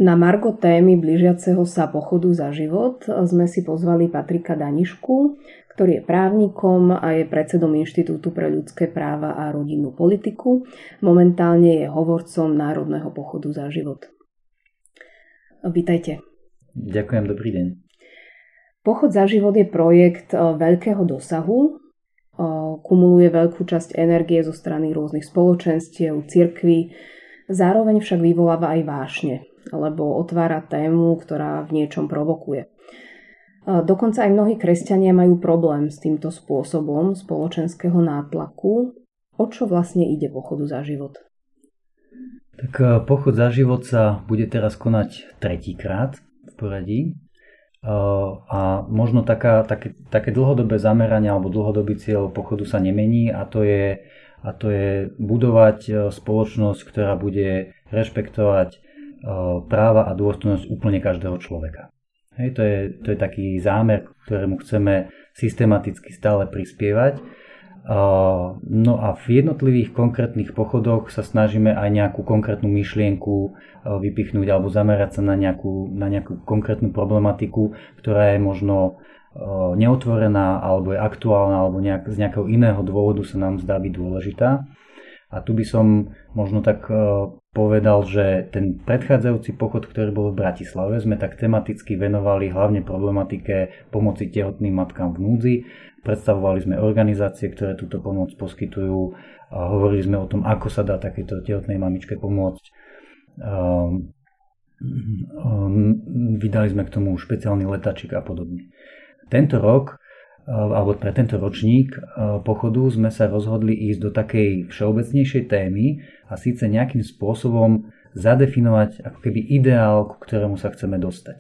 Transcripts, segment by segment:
Na margo témy blížiaceho sa pochodu za život sme si pozvali Patrika Danišku, ktorý je právnikom a je predsedom Inštitútu pre ľudské práva a rodinnú politiku. Momentálne je hovorcom Národného pochodu za život. Vítajte. Ďakujem, dobrý deň. Pochod za život je projekt veľkého dosahu. Kumuluje veľkú časť energie zo strany rôznych spoločenstiev, cirkví. Zároveň však vyvoláva aj vášne, lebo otvára tému, ktorá v niečom provokuje. Dokonca aj mnohí kresťania majú problém s týmto spôsobom spoločenského nátlaku. O čo vlastne ide pochodu za život? Tak pochod za život sa bude teraz konať tretíkrát v poradí. A možno také dlhodobé zameranie alebo dlhodobý cieľ pochodu sa nemení a to je budovať spoločnosť, ktorá bude rešpektovať práva a dôstojnosť úplne každého človeka. Hej, to je taký zámer, ktorému chceme systematicky stále prispievať. No a v jednotlivých konkrétnych pochodoch sa snažíme aj nejakú konkrétnu myšlienku vypichnúť alebo zamerať sa na nejakú konkrétnu problematiku, ktorá je možno neotvorená alebo je aktuálna alebo z nejakého iného dôvodu sa nám zdá byť dôležitá. A tu by som možno tak povedal, že ten predchádzajúci pochod, ktorý bol v Bratislave, sme tak tematicky venovali hlavne problematike pomoci tehotným matkám v núdzi. Predstavovali sme organizácie, ktoré túto pomoc poskytujú a hovorili sme o tom, ako sa dá takéto tehotnej mamičke pomôcť. Vydali sme k tomu špeciálny letačik a podobne. Tento rok, alebo pre tento ročník pochodu sme sa rozhodli ísť do takej všeobecnejšej témy a síce nejakým spôsobom zadefinovať ako keby ideál, ku ktorému sa chceme dostať.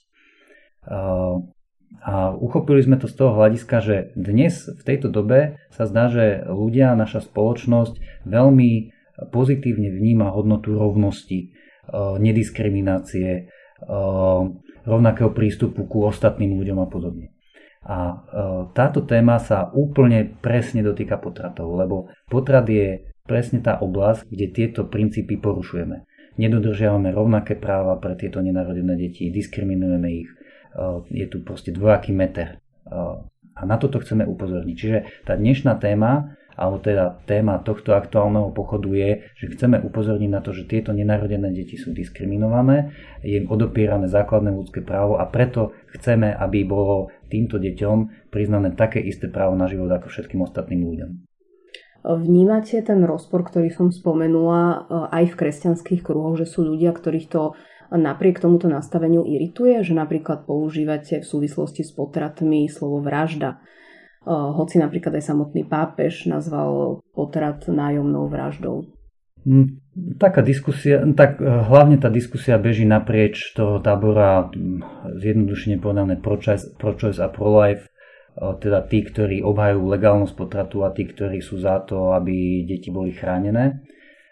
A uchopili sme to z toho hľadiska, že dnes v tejto dobe sa zdá, že ľudia, naša spoločnosť veľmi pozitívne vníma hodnotu rovnosti, nediskriminácie, rovnakého prístupu ku ostatným ľuďom a podobne. A táto téma sa úplne presne dotýka potratov, lebo potrat je presne tá oblasť, kde tieto princípy porušujeme. Nedodržiavame rovnaké práva pre tieto nenarodené deti, diskriminujeme ich. Je tu proste dvojaký meter a na toto chceme upozorniť. Čiže tá dnešná téma, alebo teda téma tohto aktuálneho pochodu je, že chceme upozorniť na to, že tieto nenarodené deti sú diskriminované, je im odopierané základné ľudské právo a preto chceme, aby bolo týmto deťom priznané také isté právo na život ako všetkým ostatným ľuďom. Vnímate ten rozpor, ktorý som spomenula aj v kresťanských kruhoch, že sú ľudia, ktorých to napriek tomuto nastaveniu irituje, že napríklad používate v súvislosti s potratmi slovo vražda. Hoci napríklad aj samotný pápež nazval potrat nájomnou vraždou. Taká diskusia, hlavne tá diskusia beží naprieč toho tábora, zjednodušene povedané pro-choice a pro-life, teda tí, ktorí obhajujú legálnosť potratu a tí, ktorí sú za to, aby deti boli chránené.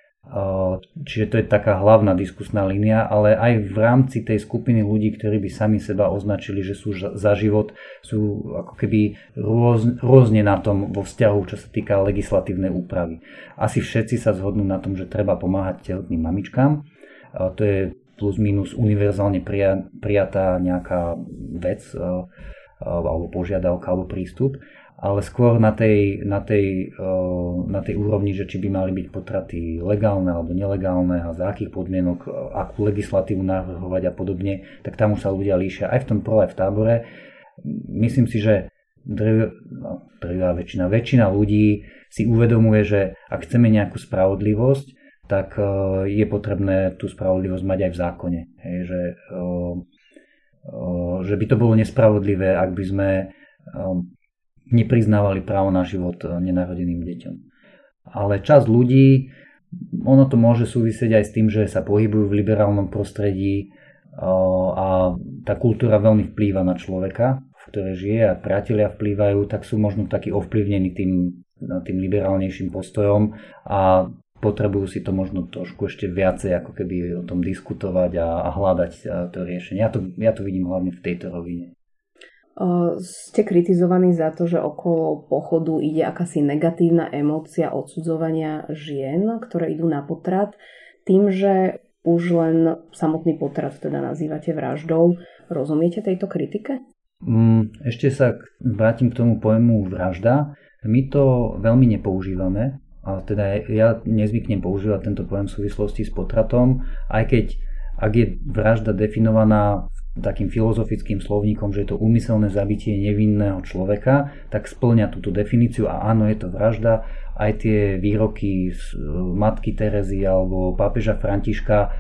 Čiže to je taká hlavná diskusná línia, ale aj v rámci tej skupiny ľudí, ktorí by sami seba označili, že sú za život, sú ako keby rôzne na tom vo vzťahu, čo sa týka legislatívnej úpravy. Asi všetci sa zhodnú na tom, že treba pomáhať tehotným mamičkám. To je plus minus univerzálne prijatá nejaká vec alebo požiadavka alebo prístup. Ale skôr na tej úrovni, že či by mali byť potraty legálne alebo nelegálne a za akých podmienok, akú legislatívu navrhovať a podobne, tak tam už sa ľudia líšia aj v tom pro-life tábore. Myslím si, že väčšina ľudí si uvedomuje, že ak chceme nejakú spravodlivosť, tak je potrebné tú spravodlivosť mať aj v zákone. Hej, že by to bolo nespravodlivé, ak by sme nepriznávali právo na život nenarodeným deťom. Ale časť ľudí, ono to môže súvisieť aj s tým, že sa pohybujú v liberálnom prostredí a tá kultúra veľmi vplýva na človeka, v ktorej žije a priatelia vplývajú, tak sú možno takí ovplyvnení tým liberálnejším postojom a potrebujú si to možno trošku ešte viacej ako keby o tom diskutovať a hľadať to riešenie. Ja to vidím hlavne v tejto rovine. Ste kritizovaní za to, že okolo pochodu ide akási negatívna emócia odsudzovania žien, ktoré idú na potrat, tým, že už len samotný potrat teda nazývate vraždou. Rozumiete tejto kritike? Ešte sa vrátim k tomu pojmu vražda. My to veľmi nepoužívame, a teda ja nezvyknem používať tento pojem v súvislosti s potratom, aj keď ak je vražda definovaná takým filozofickým slovníkom, že je to úmyselné zabitie nevinného človeka, tak spĺňa túto definíciu a áno, je to vražda. Aj tie výroky z matky Terezy alebo pápeža Františka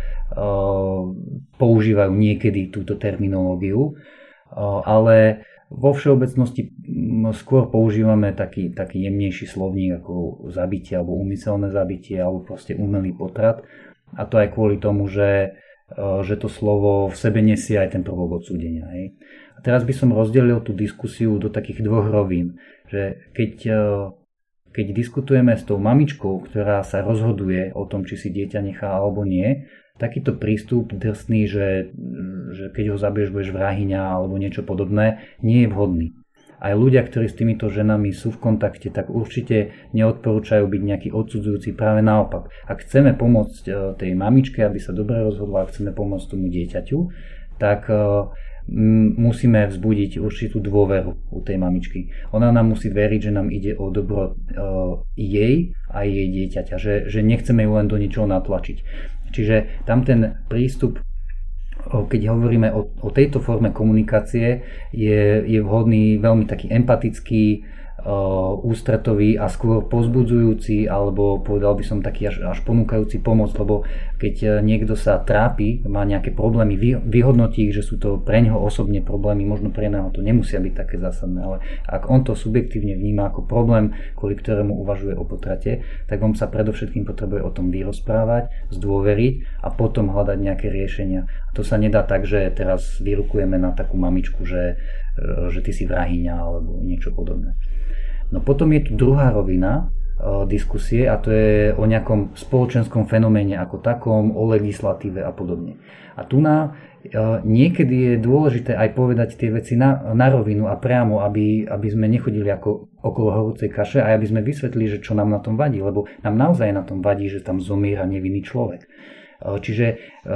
používajú niekedy túto terminológiu, ale vo všeobecnosti skôr používame taký jemnejší slovník ako zabitie alebo úmyselné zabitie alebo proste umelý potrat. A to aj kvôli tomu, že to slovo v sebe nesie aj ten prvok odsúdenia. Hej. A teraz by som rozdelil tú diskusiu do takých dvoch rovín. Že keď diskutujeme s tou mamičkou, ktorá sa rozhoduje o tom, či si dieťa nechá alebo nie, takýto prístup drsný, že keď ho zabiješ, budeš vrahyňa alebo niečo podobné, nie je vhodný. Aj ľudia, ktorí s týmito ženami sú v kontakte, tak určite neodporúčajú byť nejaký odsudzujúci, práve naopak. Ak chceme pomôcť tej mamičke, aby sa dobre rozhodla, ak chceme pomôcť tomu dieťaťu, tak musíme vzbudiť určitú dôveru u tej mamičky. Ona nám musí veriť, že nám ide o dobro jej a jej dieťaťa, že nechceme ju len do ničoho natlačiť. Čiže tam ten prístup, keď hovoríme o tejto forme komunikácie, je vhodný veľmi taký empatický, ústretový a skôr povzbudzujúci, alebo povedal by som taký až ponúkajúci pomoc, lebo keď niekto sa trápi, má nejaké problémy, vyhodnotí, že sú to pre neho osobne problémy, možno pre neho to nemusia byť také zásadné, ale ak on to subjektívne vníma ako problém, kvôli ktorému uvažuje o potrate, tak on sa predovšetkým potrebuje o tom vyrozprávať, zdôveriť a potom hľadať nejaké riešenia. A to sa nedá tak, že teraz vyrukujeme na takú mamičku, že ty si vrahyňa alebo niečo podobné. No potom je tu druhá rovina diskusie a to je o nejakom spoločenskom fenoméne ako takom, o legislatíve a podobne. A tu niekedy je dôležité aj povedať tie veci na rovinu a priamo, aby sme nechodili ako okolo horúcej kaše a aby sme vysvetlili, že čo nám na tom vadí, lebo nám naozaj na tom vadí, že tam zomiera nevinný človek. Čiže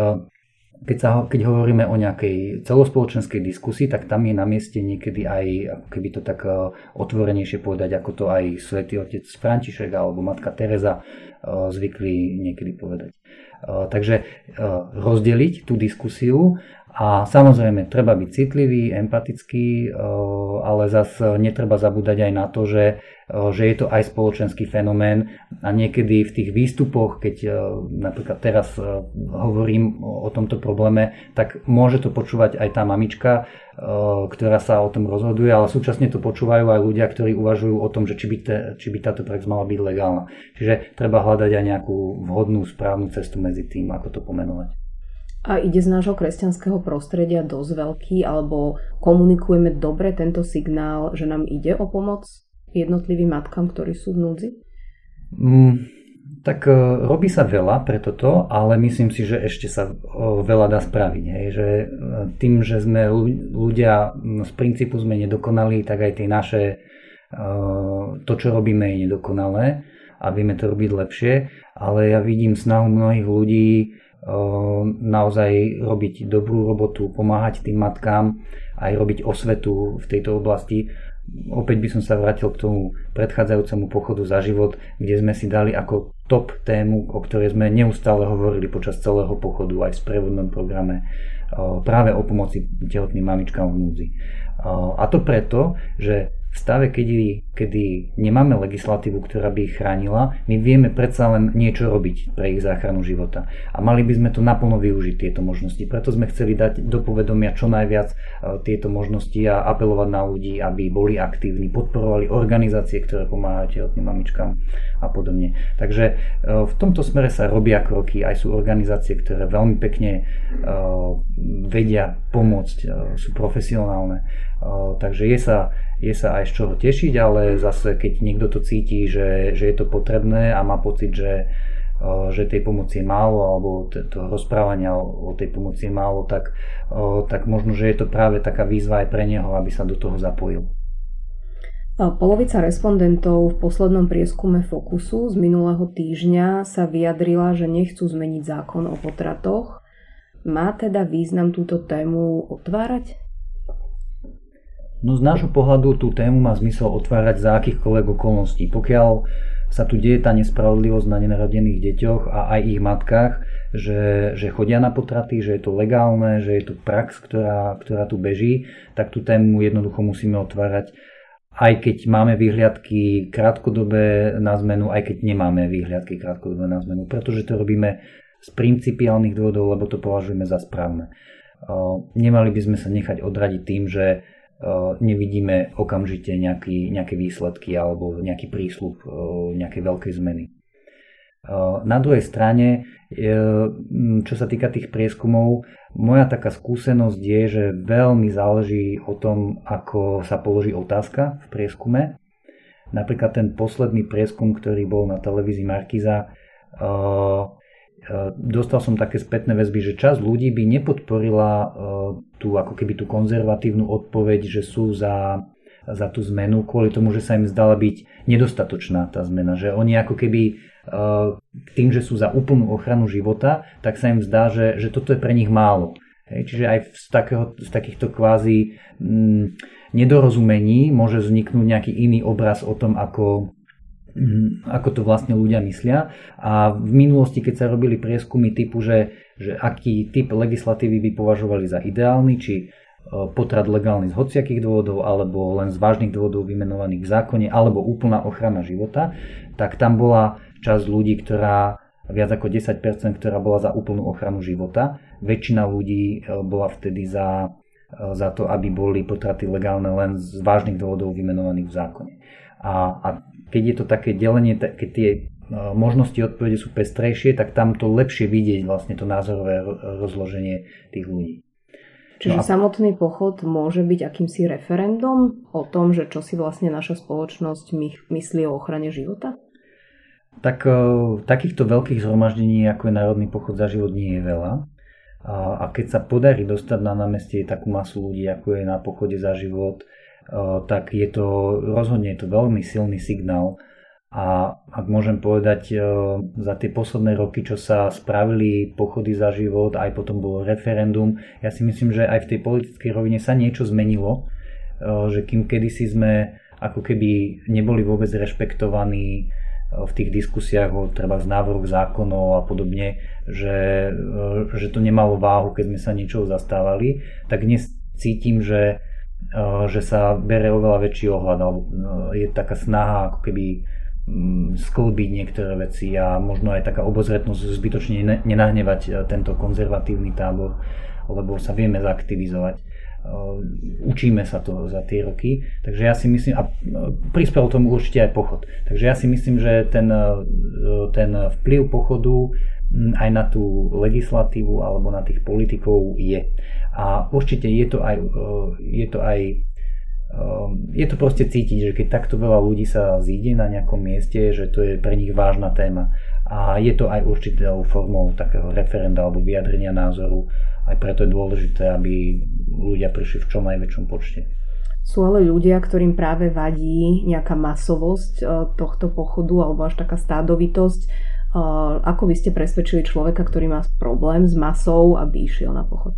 keď hovoríme o nejakej celospoločenskej diskusii, tak tam je na mieste niekedy aj, ako keby to tak otvorenejšie povedať, ako to aj svätý otec František alebo matka Tereza zvykli niekedy povedať. Takže rozdeliť tú diskusiu a samozrejme treba byť citlivý, empatický, ale zase netreba zabúdať aj na to, že je to aj spoločenský fenomén a niekedy v tých výstupoch, keď napríklad teraz hovorím o tomto probléme, tak môže to počúvať aj tá mamička, ktorá sa o tom rozhoduje, ale súčasne to počúvajú aj ľudia, ktorí uvažujú o tom, že či by táto prax mala byť legálna. Čiže treba hľadať aj nejakú vhodnú, správnu cestu medzi tým, ako to pomenovať. A ide z nášho kresťanského prostredia dosť veľký, alebo komunikujeme dobre tento signál, že nám ide o pomoc jednotlivým matkám, ktorí sú v núdzi? Tak robí sa veľa pre toto, ale myslím si, že ešte sa veľa dá spraviť. Hej? Že tým, že sme ľudia, z princípu sme nedokonalí, tak aj tie naše, to čo robíme je nedokonalé a vieme to robiť lepšie, ale ja vidím snahu mnohých ľudí naozaj robiť dobrú robotu, pomáhať tým matkám, aj robiť osvetu v tejto oblasti. Opäť by som sa vrátil k tomu predchádzajúcemu pochodu za život, kde sme si dali ako top tému, o ktorej sme neustále hovorili počas celého pochodu aj v sprievodnom programe, práve o pomoci tehotným mamičkám v núdzi. A to preto, že v stave, kedy nemáme legislatívu, ktorá by ich chránila, my vieme predsa len niečo robiť pre ich záchranu života. A mali by sme to naplno využiť, tieto možnosti. Preto sme chceli dať do povedomia čo najviac tieto možnosti a apelovať na ľudí, aby boli aktívni, podporovali organizácie, ktoré pomáhajú tehotným mamičkám a podobne. Takže v tomto smere sa robia kroky, aj sú organizácie, ktoré veľmi pekne vedia pomôcť, sú profesionálne. Takže je sa aj z čoho tešiť, ale zase keď niekto to cíti, že je to potrebné a má pocit, že tej pomoci je málo alebo toho rozprávania o tej pomoci je málo, tak možno, že je to práve taká výzva aj pre neho, aby sa do toho zapojil. Polovica respondentov v poslednom prieskume Fokusu z minulého týždňa sa vyjadrila, že nechcú zmeniť zákon o potratoch. Má teda význam túto tému otvárať? No z nášho pohľadu tú tému má zmysel otvárať za akýchkoľvek okolností. Pokiaľ sa tu deje tá nespravodlivosť na nenarodených deťoch a aj ich matkách, že chodia na potraty, že je to legálne, že je to prax, ktorá tu beží, tak tú tému jednoducho musíme otvárať, aj keď máme výhliadky krátkodobé na zmenu, aj keď nemáme výhliadky krátkodobé na zmenu, pretože to robíme z principiálnych dôvodov, lebo to považujeme za správne. Nemali by sme sa nechať odradiť tým, že nevidíme okamžite nejaké výsledky alebo nejaký prísľub nejakej veľkej zmeny. Na druhej strane, čo sa týka tých prieskumov, moja taká skúsenosť je, že veľmi záleží o tom, ako sa položí otázka v prieskume. Napríklad ten posledný prieskum, ktorý bol na televízii Markíza, dostal som také spätné väzby, že časť ľudí by nepodporila tú konzervatívnu odpoveď, že sú za tú zmenu, kvôli tomu, že sa im zdala byť nedostatočná tá zmena. Že oni ako keby tým, že sú za úplnú ochranu života, tak sa im zdá, že toto je pre nich málo. Čiže aj z takýchto kvázi nedorozumení môže vzniknúť nejaký iný obraz o tom, ako to vlastne ľudia myslia. A v minulosti, keď sa robili prieskumy typu, že aký typ legislatívy by považovali za ideálny, či potrat legálny z hociakých dôvodov, alebo len z vážnych dôvodov vymenovaných v zákone, alebo úplná ochrana života, tak tam bola časť ľudí, ktorá viac ako 10%, ktorá bola za úplnú ochranu života. Väčšina ľudí bola vtedy za to, aby boli potraty legálne len z vážnych dôvodov vymenovaných v zákone. A keď je to také delenie, keď tie možnosti odpovede sú pestrejšie, tak tam to lepšie vidieť vlastne to názorové rozloženie tých ľudí. Čiže samotný pochod môže byť akýmsi referendum o tom, že čo si vlastne naša spoločnosť myslí o ochrane života? Tak takýchto veľkých zhromaždení, ako je Národný pochod za život, nie je veľa. A keď sa podarí dostať na námestie takú masu ľudí, ako je na pochode za život, tak rozhodne je to veľmi silný signál. A ak môžem povedať, za tie posledné roky, čo sa spravili pochody za život, aj potom bolo referendum, ja si myslím, že aj v tej politickej rovine sa niečo zmenilo, že kým kedysi sme ako keby neboli vôbec rešpektovaní v tých diskusiách o treba z návrhu zákonov a podobne, že to nemalo váhu, keď sme sa niečoho zastávali, tak dnes cítim, že sa bere oveľa väčší ohľad, alebo je taká snaha ako keby sklbiť niektoré veci a možno aj taká obozretnosť zbytočne nenahnevať tento konzervatívny tábor, lebo sa vieme zaktivizovať. Učíme sa to za tie roky, takže ja si myslím, a prispel tomu určite aj pochod, takže ja si myslím, že ten vplyv pochodu aj na tú legislatívu alebo na tých politikov je. A určite je to proste cítiť, že keď takto veľa ľudí sa zíde na nejakom mieste, že to je pre nich vážna téma. A je to aj určitou formou takého referenda alebo vyjadrenia názoru. Aj preto je dôležité, aby ľudia prišli v čo najväčšom počte. Sú ale ľudia, ktorým práve vadí nejaká masovosť tohto pochodu alebo až taká stádovitosť. Ako by ste presvedčili človeka, ktorý má problém s masou, aby išiel na pochod?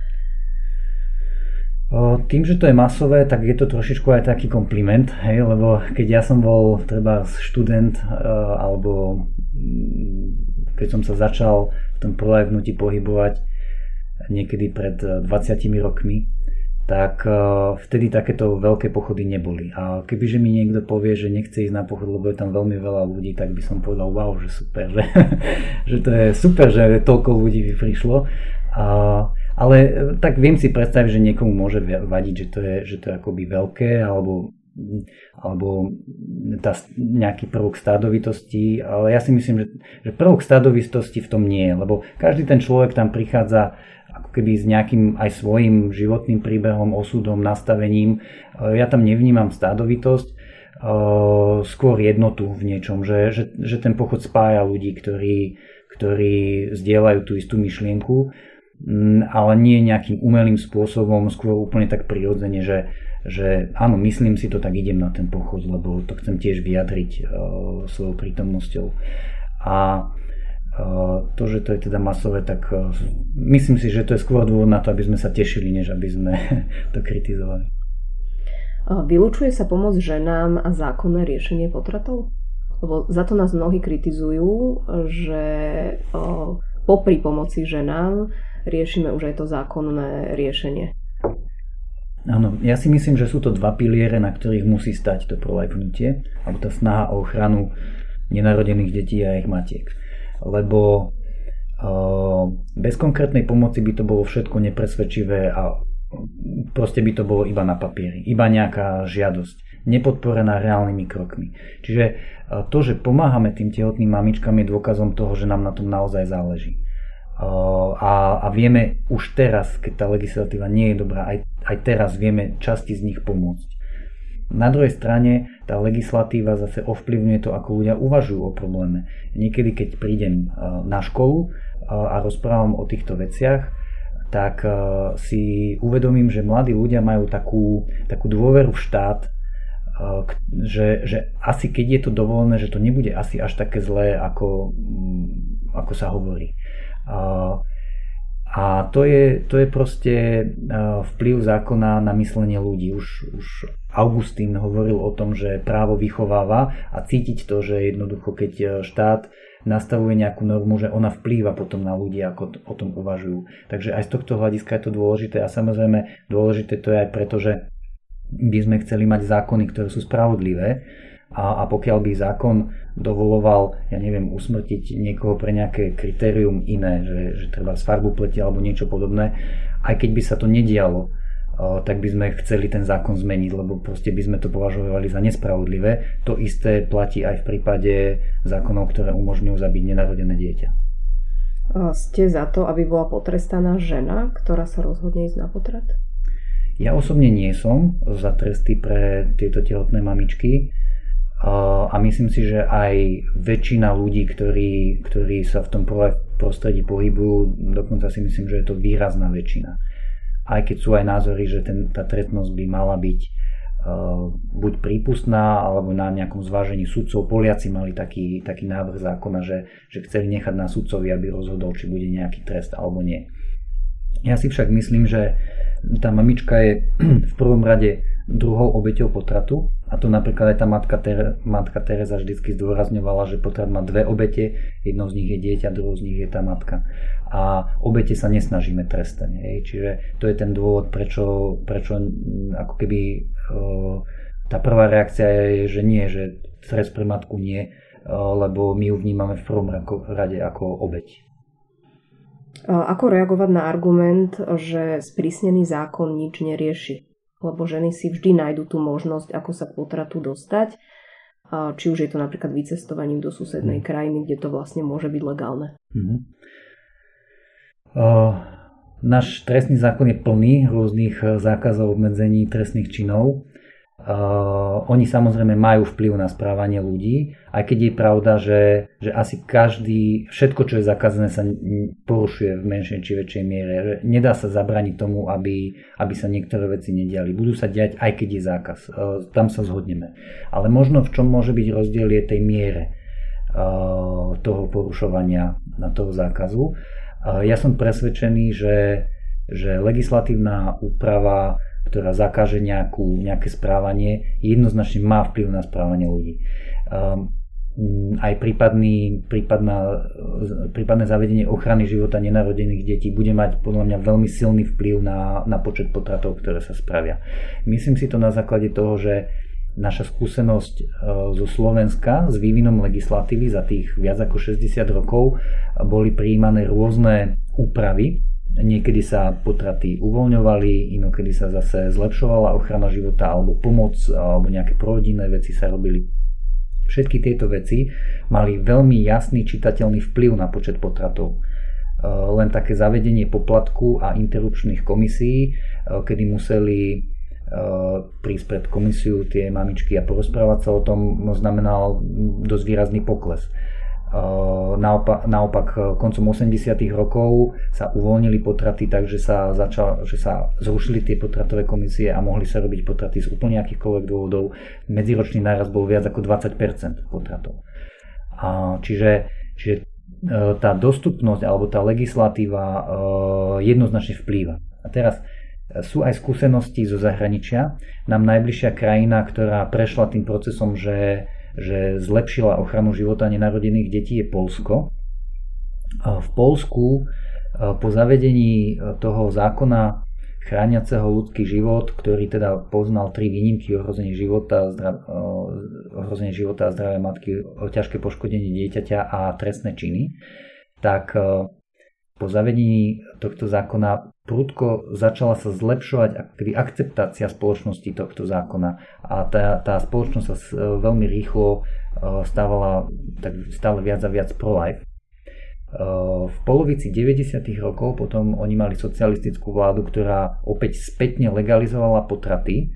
Tým, že to je masové, tak je to trošičku aj taký kompliment, hej, lebo keď ja som bol treba študent alebo keď som sa začal v tom prolajvnutí pohybovať niekedy pred 20 rokmi, tak vtedy takéto veľké pochody neboli. A kebyže mi niekto povie, že nechce ísť na pochod, lebo je tam veľmi veľa ľudí, tak by som povedal, wow, že super, že to je super, že toľko ľudí by prišlo. Ale tak viem si predstaviť, že niekomu môže vadiť, že to je akoby veľké, alebo nejaký prvok stádovitosti, ale ja si myslím, že prvok stádovitosti v tom nie je, lebo každý ten človek tam prichádza ako keby s nejakým aj svojím životným príbehom, osudom, nastavením. Ja tam nevnímam stádovitosť, skôr jednotu v niečom, že ten pochod spája ľudí, ktorí zdieľajú tú istú myšlienku, ale nie nejakým umelým spôsobom, skôr úplne tak prirodzene, že že áno, myslím si to, tak idem na ten pochod, lebo to chcem tiež vyjadriť svojou prítomnosťou. A to, že to je teda masové, tak myslím si, že to je skôr dôvod na to, aby sme sa tešili, než aby sme to kritizovali. Vylučuje sa pomoc ženám a zákonné riešenie potratov? Lebo za to nás mnohí kritizujú, že popri pomoci ženám riešime už aj to zákonné riešenie. Áno, ja si myslím, že sú to dva piliere, na ktorých musí stať to pro-life hnutie, alebo tá snaha o ochranu nenarodených detí a ich matiek. Lebo bez konkrétnej pomoci by to bolo všetko nepresvedčivé a proste by to bolo iba na papieri, iba nejaká žiadosť, nepodporená reálnymi krokmi. Čiže to, že pomáhame tým tehotným mamičkám, je dôkazom toho, že nám na tom naozaj záleží. A vieme už teraz, keď tá legislatíva nie je dobrá, aj teraz vieme časti z nich pomôcť. Na druhej strane tá legislatíva zase ovplyvňuje to, ako ľudia uvažujú o probléme. Niekedy, keď prídem na školu a rozprávam o týchto veciach, tak si uvedomím, že mladí ľudia majú takú dôveru v štát, že asi keď je to dovolené, že to nebude asi až také zlé, ako sa hovorí. A to je proste vplyv zákona na myslenie ľudí. Už Augustín hovoril o tom, že právo vychováva a cítiť to, že jednoducho keď štát nastavuje nejakú normu, že ona vplýva potom na ľudí, ako o tom uvažujú. Takže aj z tohto hľadiska je to dôležité a samozrejme dôležité to je aj preto, že by sme chceli mať zákony, ktoré sú spravodlivé a pokiaľ by zákon dovoloval, ja neviem, usmrtiť niekoho pre nejaké kritérium iné, že treba z farbu pleti alebo niečo podobné, aj keď by sa to nedialo, tak by sme chceli ten zákon zmeniť, lebo proste by sme to považovali za nespravodlivé. To isté platí aj v prípade zákonov, ktoré umožňujú zabiť nenarodené dieťa. Ste za to, aby bola potrestaná žena, ktorá sa rozhodne ísť na potrat? Ja osobne nie som za tresty pre tieto tehotné mamičky a myslím si, že aj väčšina ľudí, ktorí sa v tom prostredí pohybujú, dokonca si myslím, že je to výrazná väčšina. Aj keď sú aj názory, že tá trestnosť by mala byť buď prípustná, alebo na nejakom zvážení sudcov. Poliaci mali taký návrh zákona, že chceli nechať na sudcovi, aby rozhodol, či bude nejaký trest alebo nie. Ja si však myslím, že tá mamička je v prvom rade druhou obeťou potratu a to napríklad aj tá matka Teresa vždycky zdôrazňovala, že potrat má dve obete, jednou z nich je dieťa, druhou z nich je tá matka a obete sa nesnažíme trestať. Čiže to je ten dôvod, prečo ako keby tá prvá reakcia je, že nie, že trest pre matku nie, lebo my ju vnímame v prvom rade ako obeť. Ako reagovať na argument, že sprísnený zákon nič nerieši? Lebo ženy si vždy nájdu tú možnosť, ako sa k potratu dostať, či už je to napríklad vycestovaním do susednej krajiny, kde to vlastne môže byť legálne. Náš trestný zákon je plný rôznych zákazov, obmedzení trestných činov. Oni samozrejme majú vplyv na správanie ľudí, aj keď je pravda, že asi všetko, čo je zakázané, sa porušuje v menšej či väčšej miere. Nedá sa zabrániť tomu, aby sa niektoré veci nediali. Budú sa diať, aj keď je zákaz. Tam sa zhodneme. Ale možno v čom môže byť rozdiel je tej miere toho porušovania na toho zákazu. Ja som presvedčený, že legislatívna úprava, ktorá zakáže nejaké správanie, jednoznačne má vplyv na správanie ľudí. Aj prípadné zavedenie ochrany života nenarodených detí bude mať podľa mňa veľmi silný vplyv na počet potratov, ktoré sa spravia. Myslím si to na základe toho, že naša skúsenosť zo Slovenska s vývinom legislatívy za tých viac ako 60 rokov boli prijímané rôzne úpravy. Niekedy sa potraty uvoľňovali, inokedy sa zase zlepšovala ochrana života alebo pomoc, alebo nejaké prorodinné veci sa robili. Všetky tieto veci mali veľmi jasný, čitateľný vplyv na počet potratov. Len také zavedenie poplatku a interrupčných komisí, kedy museli prísť pred komisiu tie mamičky a porozprávať sa o tom, znamenal dosť výrazný pokles. Naopak koncom 80. rokov sa uvoľnili potraty, takže že sa zrušili tie potratové komisie a mohli sa robiť potraty z úplne akýchkoľvek dôvodov. Medziročný nárast bol viac ako 20% potratov. Čiže tá dostupnosť alebo tá legislatíva jednoznačne vplýva. A teraz sú aj skúsenosti zo zahraničia. Nám najbližšia krajina, ktorá prešla tým procesom, že zlepšila ochranu života nenarodených detí, je Poľsko. V Poľsku po zavedení toho zákona chrániaceho ľudský život, ktorý teda poznal 3 výnimky: ohrozenie života a zdravia matky, ťažké poškodenie dieťaťa a trestné činy, tak po zavedení tohto zákona prudko začala sa zlepšovať akceptácia spoločnosti tohto zákona a tá spoločnosť sa veľmi rýchlo stávala tak stále viac a viac pro-life. V polovici 90. rokov potom oni mali socialistickú vládu, ktorá opäť spätne legalizovala potraty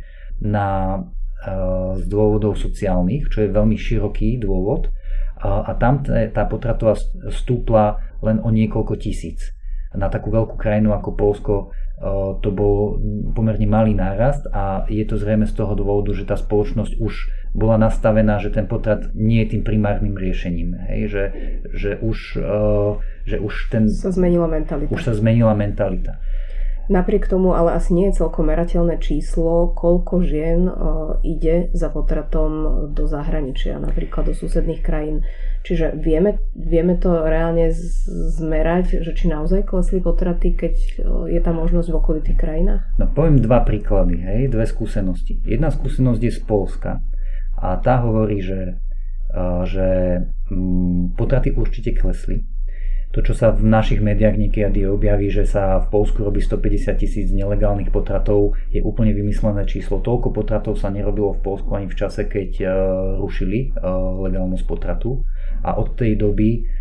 z dôvodov sociálnych, čo je veľmi široký dôvod, a tam tá potratová stúpla len o niekoľko tisíc. Na takú veľkú krajinu ako Poľsko to bol pomerne malý nárast a je to zrejme z toho dôvodu, že tá spoločnosť už bola nastavená, že ten potrat nie je tým primárnym riešením. Hej? Že už sa zmenila mentalita. Napriek tomu ale asi nie je celkom merateľné číslo, koľko žien ide za potratom do zahraničia, napríklad do susedných krajín. Čiže vieme to reálne zmerať, že či naozaj klesli potraty, keď je tá možnosť v okolitých krajinách? No, poviem 2 príklady, dve skúsenosti. Jedna skúsenosť je z Poľska a tá hovorí, že potraty určite klesli. To, čo sa v našich médiách niekedy objaví, že sa v Poľsku robí 150 000 nelegálnych potratov, je úplne vymyslené číslo. Toľko potratov sa nerobilo v Poľsku ani v čase, keď rušili legálnosť potratu. A od tej doby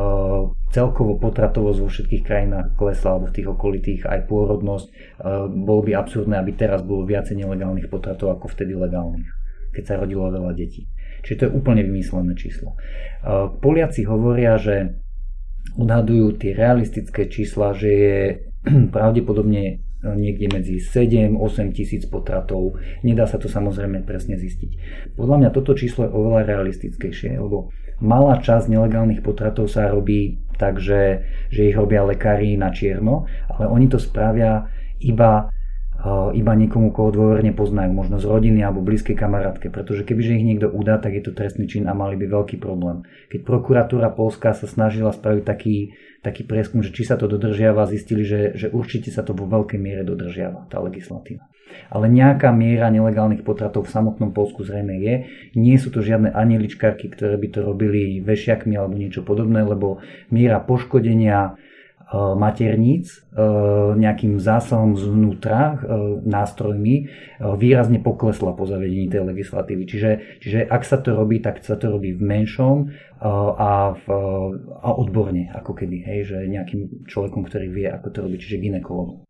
celkovo potratovosť vo všetkých krajinách klesla, alebo v tých okolitých, aj pôrodnosť. Bolo by absurdné, aby teraz bolo viacej nelegálnych potratov ako vtedy legálnych, keď sa rodilo veľa detí. Čiže to je úplne vymyslené číslo. Poliaci hovoria, že odhadujú tie realistické čísla, že je pravdepodobne niekde medzi 7-8 tisíc potratov. Nedá sa to samozrejme presne zistiť. Podľa mňa toto číslo je oveľa realistickejšie, lebo malá časť nelegálnych potratov sa robí tak, že ich robia lekári na čierno, ale oni to spravia iba niekomu, koho dôverne poznajú, možno z rodiny alebo blízkej kamarátke, pretože kebyže ich niekto udá, tak je to trestný čin a mali by veľký problém. Keď prokuratúra poľská sa snažila spraviť taký prieskum, že či sa to dodržiava, zistili, že určite sa to vo veľkej miere dodržiava, tá legislatíva. Ale nejaká miera nelegálnych potratov v samotnom Poľsku zrejme je. Nie sú to žiadne anieličkárky, ktoré by to robili vešiakmi alebo niečo podobné, lebo miera poškodenia materníc nejakým zásahom zvnútra nástrojmi výrazne poklesla po zavedení tej legislatívy. Čiže ak sa to robí, tak sa to robí v menšom a odborne, ako keby, že nejakým človekom, ktorý vie, ako to robiť, čiže gynekologom.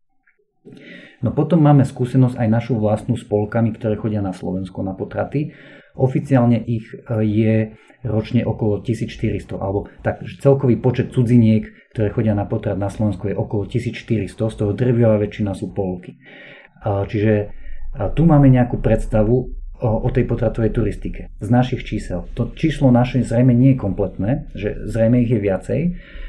No potom máme skúsenosť aj našu vlastnú s Poľkami, ktoré chodia na Slovensko na potraty. Oficiálne ich je ročne okolo 1400, alebo tak celkový počet cudziniek, ktoré chodia na potrat na Slovensku, je okolo 1400, z toho drvivá väčšina sú Poľky. Čiže tu máme nejakú predstavu o tej potratovej turistike z našich čísel. To číslo naše zrejme nie je kompletné, že zrejme ich je viacej,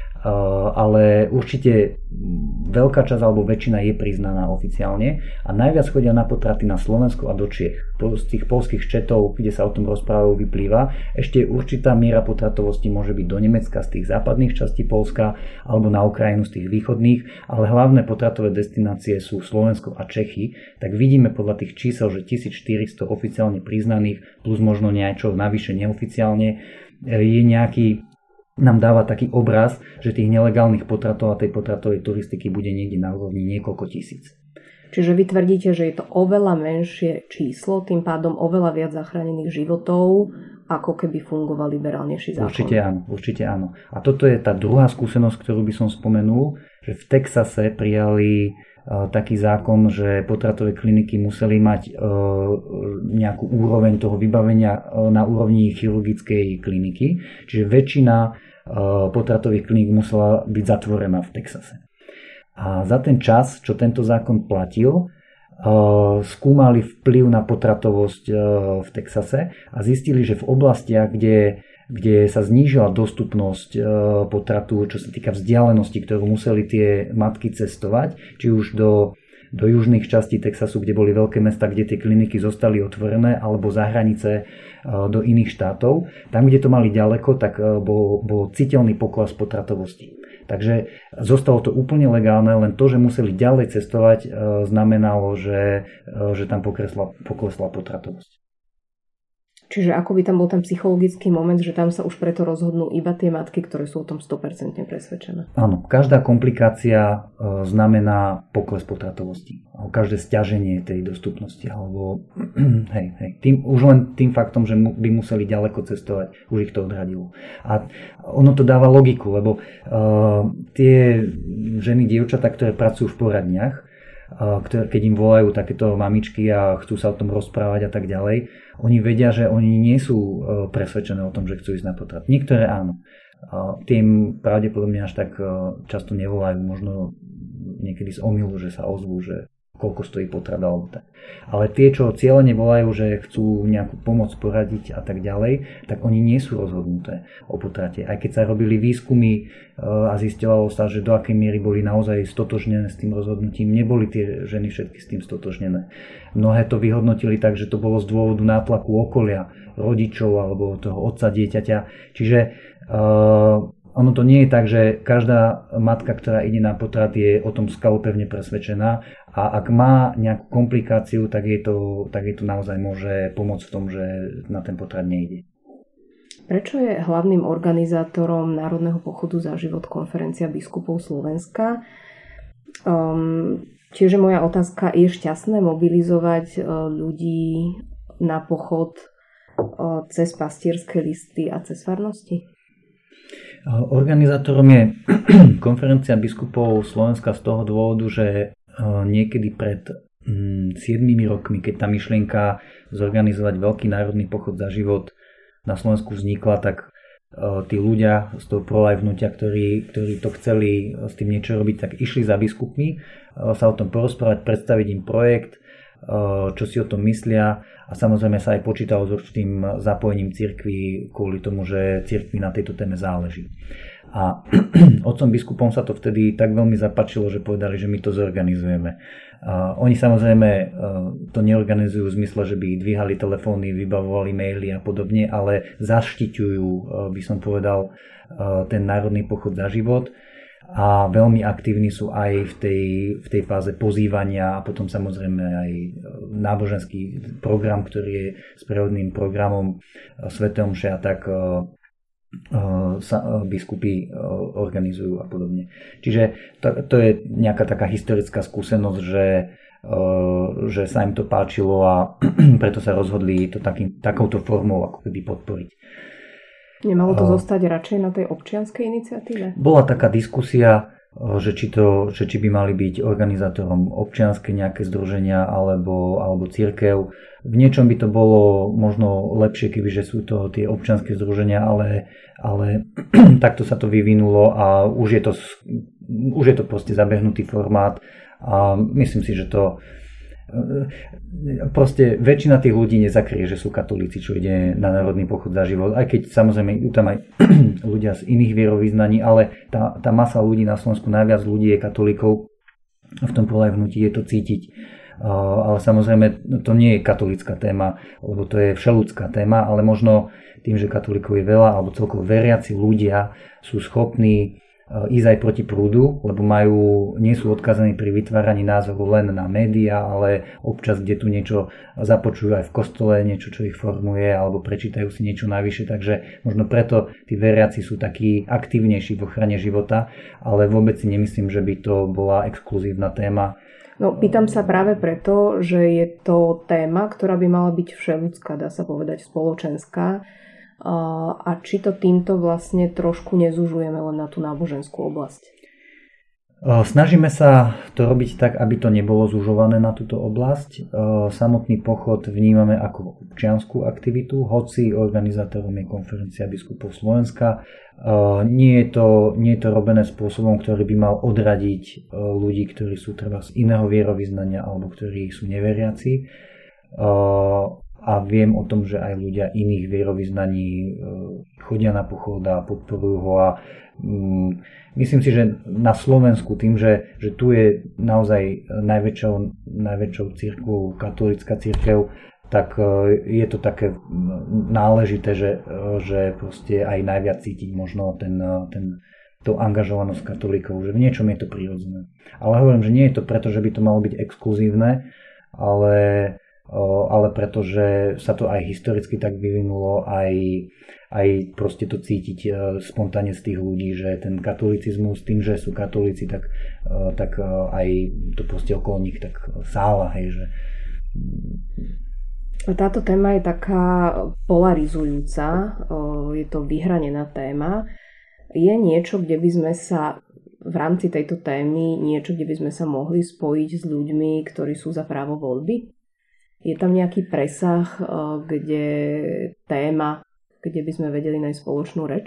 ale určite veľká časť alebo väčšina je priznaná oficiálne a najviac chodia na potraty na Slovensku a do Čiech. Z tých poľských četov, kde sa o tom rozprávajú, vyplýva, ešte určitá miera potratovosti môže byť do Nemecka z tých západných častí Poľska alebo na Ukrajinu z tých východných, ale hlavné potratové destinácie sú Slovensko a Čechy. Tak vidíme podľa tých čísel, že 1400 oficiálne priznaných plus možno niečo navyše neoficiálne je nejaký, nám dáva taký obraz, že tých nelegálnych potratov a tej potratovej turistiky bude niekde na úrovni niekoľko tisíc. Čiže vy tvrdíte, že je to oveľa menšie číslo, tým pádom oveľa viac zachránených životov, ako keby fungoval liberálnejší zákon. Určite áno. A toto je tá druhá skúsenosť, ktorú by som spomenul, že v Texase prijali taký zákon, že potratové kliniky museli mať nejakú úroveň toho vybavenia na úrovni chirurgickej kliniky, čiže väčšina potratových kliník musela byť zatvorená v Texase. A za ten čas, čo tento zákon platil, skúmali vplyv na potratovosť v Texase a zistili, že v oblastiach, kde sa znížila dostupnosť potratu, čo sa týka vzdialenosti, ktorú museli tie matky cestovať, či už do južných častí Texasu, kde boli veľké mesta, kde tie kliniky zostali otvorené, alebo za hranice do iných štátov. Tam, kde to mali ďaleko, tak bol citeľný pokles potratovosti. Takže zostalo to úplne legálne, len to, že museli ďalej cestovať, znamenalo, že tam poklesla potratovosť. Čiže ako by tam bol ten psychologický moment, že tam sa už preto rozhodnú iba tie matky, ktoré sú o tom 100% presvedčené? Áno, každá komplikácia znamená pokles potratovosti. Každé sťaženie tej dostupnosti. Alebo, už len tým faktom, že by museli ďaleko cestovať, už ich to odradilo. A ono to dáva logiku, lebo tie ženy, dievčatá, ktoré pracujú v poradniach, keď im volajú takéto mamičky a chcú sa o tom rozprávať a tak ďalej, oni vedia, že oni nie sú presvedčené o tom, že chcú ísť na potrat. Niektoré áno. Tým pravdepodobne až tak často nevolajú, možno niekedy z omylu, že sa ozvú, že koľko stojí potrat alebo tak. Ale tie, čo cieľene volajú, že chcú nejakú pomoc poradiť a tak ďalej, tak oni nie sú rozhodnuté o potrate. Aj keď sa robili výskumy a zisťovalo sa, že do akej miery boli naozaj stotožnené s tým rozhodnutím, neboli tie ženy všetky s tým stotožnené. Mnohé to vyhodnotili tak, že to bolo z dôvodu nátlaku okolia, rodičov alebo toho otca dieťaťa. Čiže ono to nie je tak, že každá matka, ktorá ide na potrat, je o tom pevne presvedčená a ak má nejakú komplikáciu, tak jej to naozaj môže pomôcť v tom, že na ten potrat nejde. Prečo je hlavným organizátorom Národného pochodu za život Konferencia biskupov Slovenska? Čiže moja otázka, je šťastné mobilizovať ľudí na pochod cez pastierské listy a cez farnosti? Organizátorom je Konferencia biskupov Slovenska z toho dôvodu, že niekedy pred 7 rokmi, keď tá myšlienka zorganizovať veľký národný pochod za život na Slovensku vznikla, tak tí ľudia z toho pro-life hnutia, ktorí to chceli s tým niečo robiť, tak išli za biskupmi sa o tom porozprávať, predstaviť im projekt, čo si o tom myslia a samozrejme sa aj počítalo s určitým zapojením cirkvi kvôli tomu, že cirkvi na tejto téme záleží. A otcom biskupom sa to vtedy tak veľmi zapáčilo, že povedali, že my to zorganizujeme. Oni samozrejme to neorganizujú v zmysle, že by dvíhali telefóny, vybavovali maily a podobne, ale zaštiťujú, by som povedal, ten národný pochod za život. A veľmi aktívni sú aj v tej fáze pozývania a potom samozrejme aj náboženský program, ktorý je sprievodným programom sväté omše a tak sa biskupy organizujú a podobne. Čiže to je nejaká taká historická skúsenosť, že sa im to páčilo a preto sa rozhodli to takouto formou ako keby podporiť. Nemalo to zostať radšej na tej občianskej iniciatíve? Bola taká diskusia, že či by mali byť organizátorom občianske nejaké združenia alebo cirkev. V niečom by to bolo možno lepšie, kebyže sú to tie občianske združenia, ale takto sa to vyvinulo a už je to proste zabehnutý formát a myslím si, že to proste väčšina tých ľudí nezakrie, že sú katolíci, čo ide na národný pochod za život, aj keď samozrejme sú tam aj ľudia z iných vierovyznaní, ale tá masa ľudí na Slovensku, najviac ľudí je katolíkov, v tom pro-life hnutí je to cítiť. Ale samozrejme to nie je katolícka téma, lebo to je všeľudská téma, ale možno tým, že katolíkov je veľa, alebo celkovo veriaci ľudia sú schopní ísť aj proti prúdu, lebo nie sú odkazaní pri vytváraní názoru len na médiá, ale občas, kde tu niečo započujú aj v kostole, niečo, čo ich formuje, alebo prečítajú si niečo navyše, takže možno preto tí veriaci sú takí aktívnejší v ochrane života, ale vôbec si nemyslím, že by to bola exkluzívna téma. No, pýtam sa práve preto, že je to téma, ktorá by mala byť všeľudská, dá sa povedať spoločenská. A či to týmto vlastne trošku nezužujeme len na tú náboženskú oblasť? Snažíme sa to robiť tak, aby to nebolo zužované na túto oblasť. Samotný pochod vnímame ako občiansku aktivitu, hoci organizátorom je Konferencia biskupov Slovenska. Nie je to robené spôsobom, ktorý by mal odradiť ľudí, ktorí sú treba z iného vierovyznania alebo ktorí sú neveriaci. A viem o tom, že aj ľudia iných vierovyznaní chodia na pochod a podporujú ho a myslím si, že na Slovensku tým, že tu je naozaj najväčšou cirkvou katolícka cirkev, tak je to také náležité, že proste aj najviac cítiť možno tú angažovanosť katolíkov, že v niečom je to prirodzené. Ale hovorím, že nie je to preto, že by to malo byť exkluzívne, ale pretože sa to aj historicky tak vyvinulo, aj proste to cítiť spontánne z tých ľudí, že ten katolicizmus tým, že sú katolíci, tak aj to proste okolo nich tak sála, hej, že... Táto téma je taká polarizujúca, je to vyhranená téma. Je niečo, kde by sme sa v rámci tejto témy, kde by sme sa mohli spojiť s ľuďmi, ktorí sú za právo voľby? Je tam nejaký presah, kde by sme vedeli nájsť spoločnú reč?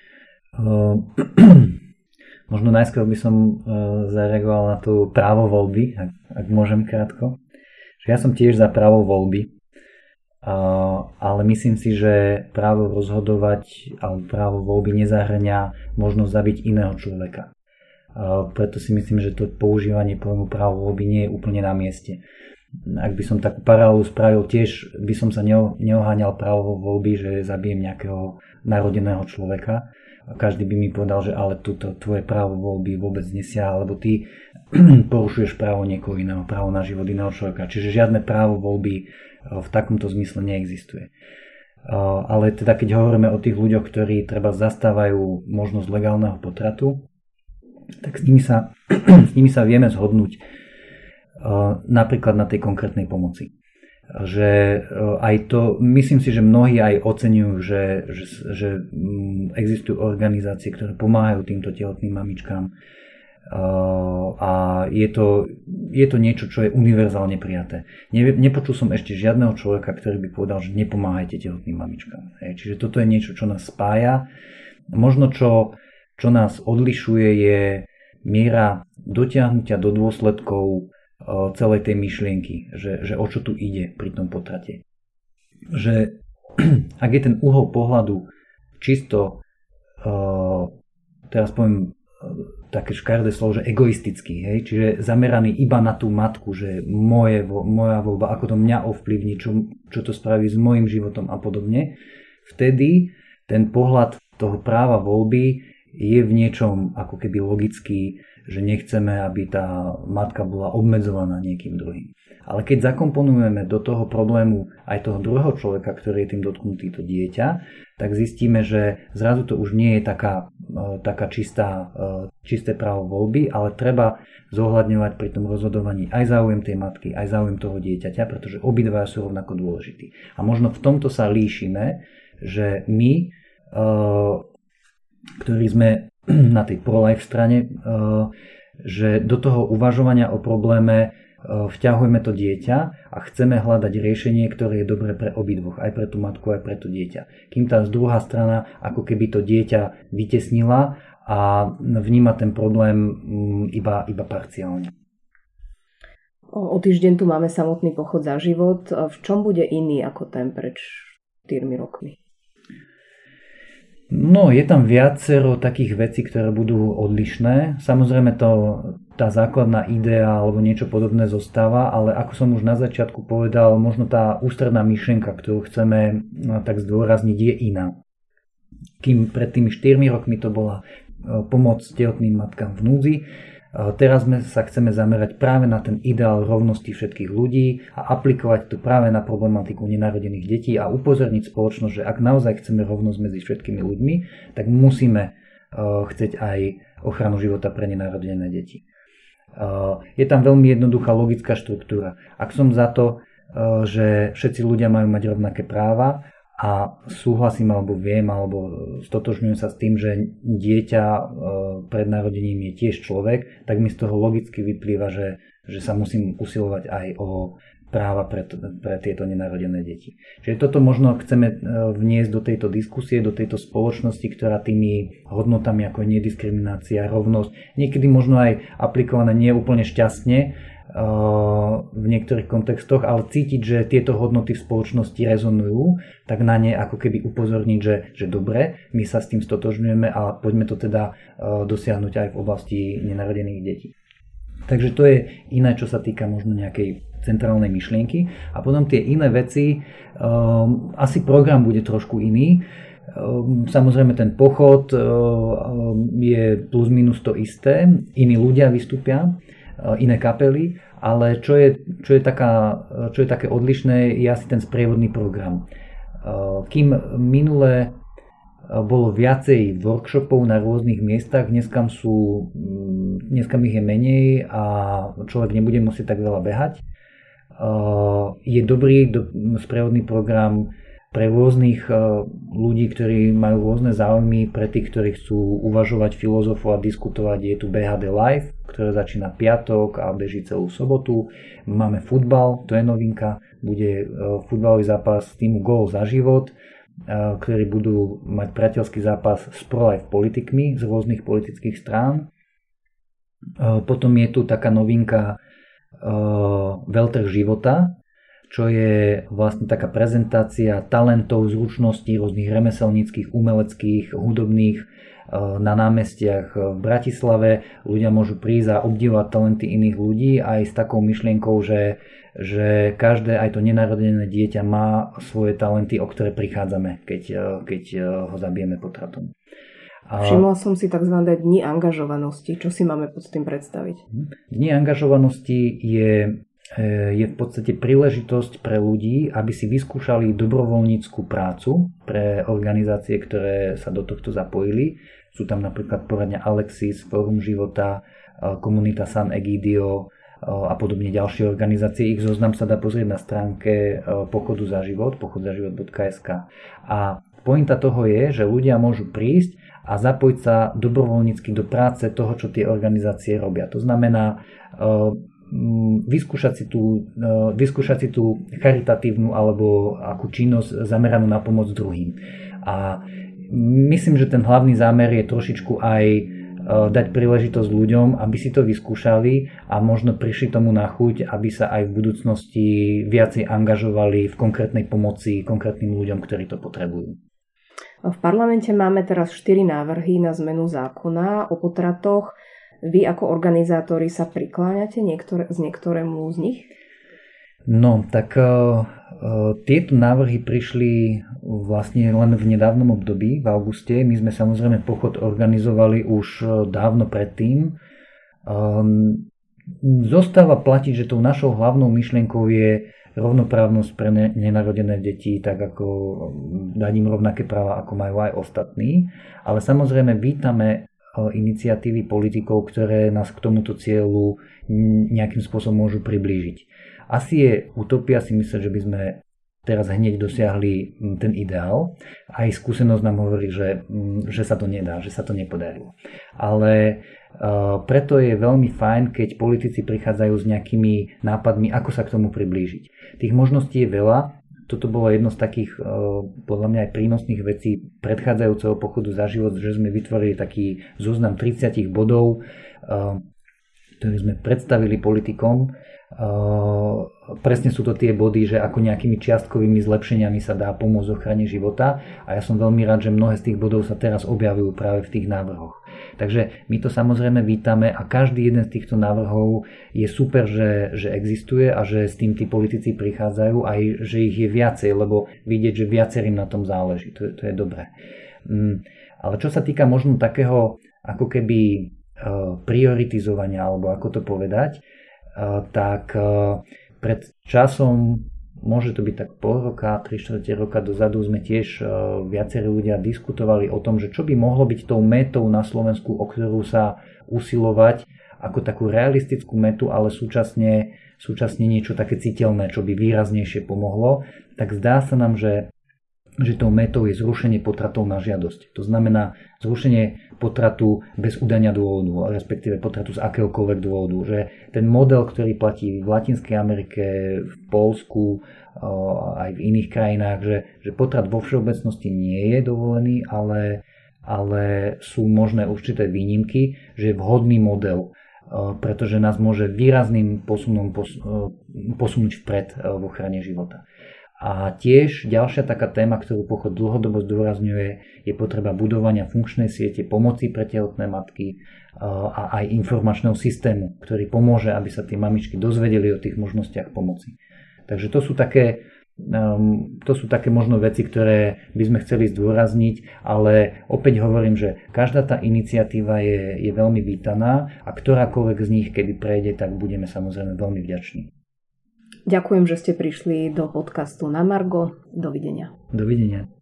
Možno najskôr by som zareagoval na tú právo voľby, ak môžem krátko. Ja som tiež za právo voľby, ale myslím si, že právo rozhodovať alebo právo voľby nezahŕňa možnosť zabiť iného človeka. Preto si myslím, že to používanie pojmu právo voľby nie je úplne na mieste. Ak by som takú paralelu spravil, tiež by som sa neoháňal právo voľby, že zabijem nejakého narodeného človeka. Každý by mi povedal, že ale tvoje právo voľby vôbec nesiaha, lebo ty porušuješ právo niekoho iného, právo na život iného človeka. Čiže žiadne právo voľby v takomto zmysle neexistuje. Ale teda keď hovoríme o tých ľuďoch, ktorí treba zastávajú možnosť legálneho potratu, tak s nimi sa vieme zhodnúť napríklad na tej konkrétnej pomoci. Že aj to, myslím si, že mnohí aj oceňujú, že existujú organizácie, ktoré pomáhajú týmto tehotným mamičkám a je to niečo, čo je univerzálne prijaté. Nepočul som ešte žiadneho človeka, ktorý by povedal, že nepomáhajte tehotným mamičkám. Čiže toto je niečo, čo nás spája. Možno čo nás odlišuje, je miera dotiahnutia do dôsledkov celej tej myšlienky, že o čo tu ide pri tom potrate. Že ak je ten uhol pohľadu čisto, teraz poviem také škaredé slovo, že egoistický, hej? Čiže zameraný iba na tú matku, že moja voľba, ako to mňa ovplyvní, čo to spraví s mojim životom a podobne, vtedy ten pohľad toho práva voľby je v niečom ako keby logický, že nechceme, aby tá matka bola obmedzovaná niekým druhým. Ale keď zakomponujeme do toho problému aj toho druhého človeka, ktorý je tým dotknutý, to dieťa, tak zistíme, že zrazu to už nie je taká čisté právo voľby, ale treba zohľadňovať pri tom rozhodovaní aj záujem tej matky, aj záujem toho dieťaťa, pretože obidvaja sú rovnako dôležití. A možno v tomto sa líšime, že my, ktorí sme na tej pro-life strane, že do toho uvažovania o probléme vťahujeme to dieťa a chceme hľadať riešenie, ktoré je dobré pre obidvoch, aj pre tú matku, aj pre to dieťa. Kým tá druhá strana ako keby to dieťa vytesnila a vníma ten problém iba parciálne. O týždeň tu máme samotný pochod za život. V čom bude iný ako ten pred 4 rokmi? No, je tam viacero takých vecí, ktoré budú odlišné. Samozrejme tá základná idea alebo niečo podobné zostáva, ale ako som už na začiatku povedal, možno tá ústredná myšlienka, ktorú chceme tak zdôrazniť, je iná. Kým pred tými 4 rokmi to bola pomoc tehotným matkám v núdzi, teraz sa chceme zamerať práve na ten ideál rovnosti všetkých ľudí a aplikovať to práve na problematiku nenarodených detí a upozorniť spoločnosť, že ak naozaj chceme rovnosť medzi všetkými ľuďmi, tak musíme chcieť aj ochranu života pre nenarodené deti. Je tam veľmi jednoduchá logická štruktúra. Ak som za to, že všetci ľudia majú mať rovnaké práva a súhlasím alebo viem alebo stotožňujem sa s tým, že dieťa pred narodením je tiež človek, tak mi z toho logicky vyplýva, že sa musím usilovať aj o práva pre tieto nenarodené deti. Čiže toto možno chceme vniesť do tejto diskusie, do tejto spoločnosti, ktorá tými hodnotami ako je nediskriminácia, rovnosť, niekedy možno aj aplikované nie úplne šťastne v niektorých kontextoch, ale cítiť, že tieto hodnoty v spoločnosti rezonujú, tak na ne ako keby upozorniť, že dobre, my sa s tým stotožňujeme a poďme to teda dosiahnuť aj v oblasti nenarodených detí. Takže to je iné, čo sa týka možno nejakej centrálnej myšlienky. A potom tie iné veci, asi program bude trošku iný. Samozrejme ten pochod je plus minus to isté, iní ľudia vystúpia, iné kapely, ale čo je také odlišné, je asi ten sprievodný program. Kým minule bolo viacej workshopov na rôznych miestach, dneska ich je menej a človek nebude musieť tak veľa behať. Je dobrý sprievodný program pre rôznych ľudí, ktorí majú rôzne záujmy, pre tých, ktorí chcú uvažovať, filozofovať, diskutovať. Je tu BHD Live, ktoré začína piatok a beží celú sobotu. Máme futbal, to je novinka, bude futbalový zápas týmu Gól za život, ktorí budú mať priateľský zápas s pro-life politikmi z rôznych politických strán. Potom je tu taká novinka Veľtrh života, čo je vlastne taká prezentácia talentov, zručností rôznych remeselníckych, umeleckých, hudobných na námestiach v Bratislave. Ľudia môžu prísť a obdivovať talenty iných ľudí aj s takou myšlienkou, že každé, aj to nenarodené dieťa má svoje talenty, o ktoré prichádzame, keď ho zabijeme potratom. Všimla som si tzv. Dni angažovanosti. Čo si máme pod tým predstaviť? Dni angažovanosti je v podstate príležitosť pre ľudí, aby si vyskúšali dobrovoľníckú prácu pre organizácie, ktoré sa do tohto zapojili. Sú tam napríklad poradňa Alexis, Fórum života, komunita San Egidio a podobne ďalšie organizácie. Ich zoznam sa dá pozrieť na stránke Pochodu za život, pochodzaživot.sk. A pointa toho je, že ľudia môžu prísť a zapojiť sa dobrovoľnícky do práce toho, čo tie organizácie robia. To znamená vyskúšať si tú charitatívnu alebo akú činnosť zameranú na pomoc druhým. A myslím, že ten hlavný zámer je trošičku aj dať príležitosť ľuďom, aby si to vyskúšali a možno prišli tomu na chuť, aby sa aj v budúcnosti viacej angažovali v konkrétnej pomoci konkrétnym ľuďom, ktorí to potrebujú. V parlamente máme teraz 4 návrhy na zmenu zákona o potratoch. Vy ako organizátori sa prikláňate z niektorému z nich? No, tak tieto návrhy prišli vlastne len v nedávnom období, v auguste. My sme samozrejme pochod organizovali už dávno predtým. Zostáva platiť, že tou našou hlavnou myšlienkou je rovnoprávnosť pre nenarodené deti, tak ako dať im rovnaké práva, ako majú aj ostatní. Ale samozrejme vítame iniciatívy politikov, ktoré nás k tomuto cieľu nejakým spôsobom môžu priblížiť. Asi je utopia si myslieť, že by sme teraz hneď dosiahli ten ideál. Aj skúsenosť nám hovorí, že sa to nedá, že sa to nepodarilo. Ale preto je veľmi fajn, keď politici prichádzajú s nejakými nápadmi, ako sa k tomu priblížiť. Tých možností je veľa. Toto bolo jedno z takých, podľa mňa aj prínosných vecí predchádzajúceho pochodu za život, že sme vytvorili taký zoznam 30 bodov, ktorý sme predstavili politikom. Presne sú to tie body, že ako nejakými čiastkovými zlepšeniami sa dá pomôcť ochrane života a ja som veľmi rád, že mnohé z tých bodov sa teraz objavujú práve v tých návrhoch. Takže my to samozrejme vítame a každý jeden z týchto návrhov je super, že existuje a že s tým tí politici prichádzajú aj, že ich je viacej, lebo vidieť, že viacerým na tom záleží. To je dobré. Ale čo sa týka možno takého ako keby prioritizovania, alebo ako to povedať, tak pred časom, môže to byť tak pol roka, 3/4 roka dozadu sme tiež viacerí ľudia diskutovali o tom, že čo by mohlo byť tou metou na Slovensku, o ktorú sa usilovať ako takú realistickú metu, ale súčasne niečo také citeľné, čo by výraznejšie pomohlo. Tak zdá sa nám, že že tou metou je zrušenie potratov na žiadosť. To znamená zrušenie potratu bez udania dôvodu, respektíve potratu z akéhokoľvek dôvodu. Že ten model, ktorý platí v Latinskej Amerike, v Poľsku, aj v iných krajinách, že potrat vo všeobecnosti nie je dovolený, ale sú možné určité výnimky, že je vhodný model, pretože nás môže výrazným posunom posunúť vpred v ochrane života. A tiež ďalšia taká téma, ktorú Pochod dlhodobo zdôrazňuje, je potreba budovania funkčnej siete pomoci pre tehotné matky a aj informačného systému, ktorý pomôže, aby sa tie mamičky dozvedeli o tých možnostiach pomoci. Takže to sú také možno veci, ktoré by sme chceli zdôrazniť, ale opäť hovorím, že každá tá iniciatíva je veľmi vítaná a ktorákoľvek z nich, kedy prejde, tak budeme samozrejme veľmi vďační. Ďakujem, že ste prišli do podcastu Na Margo. Dovidenia. Dovidenia.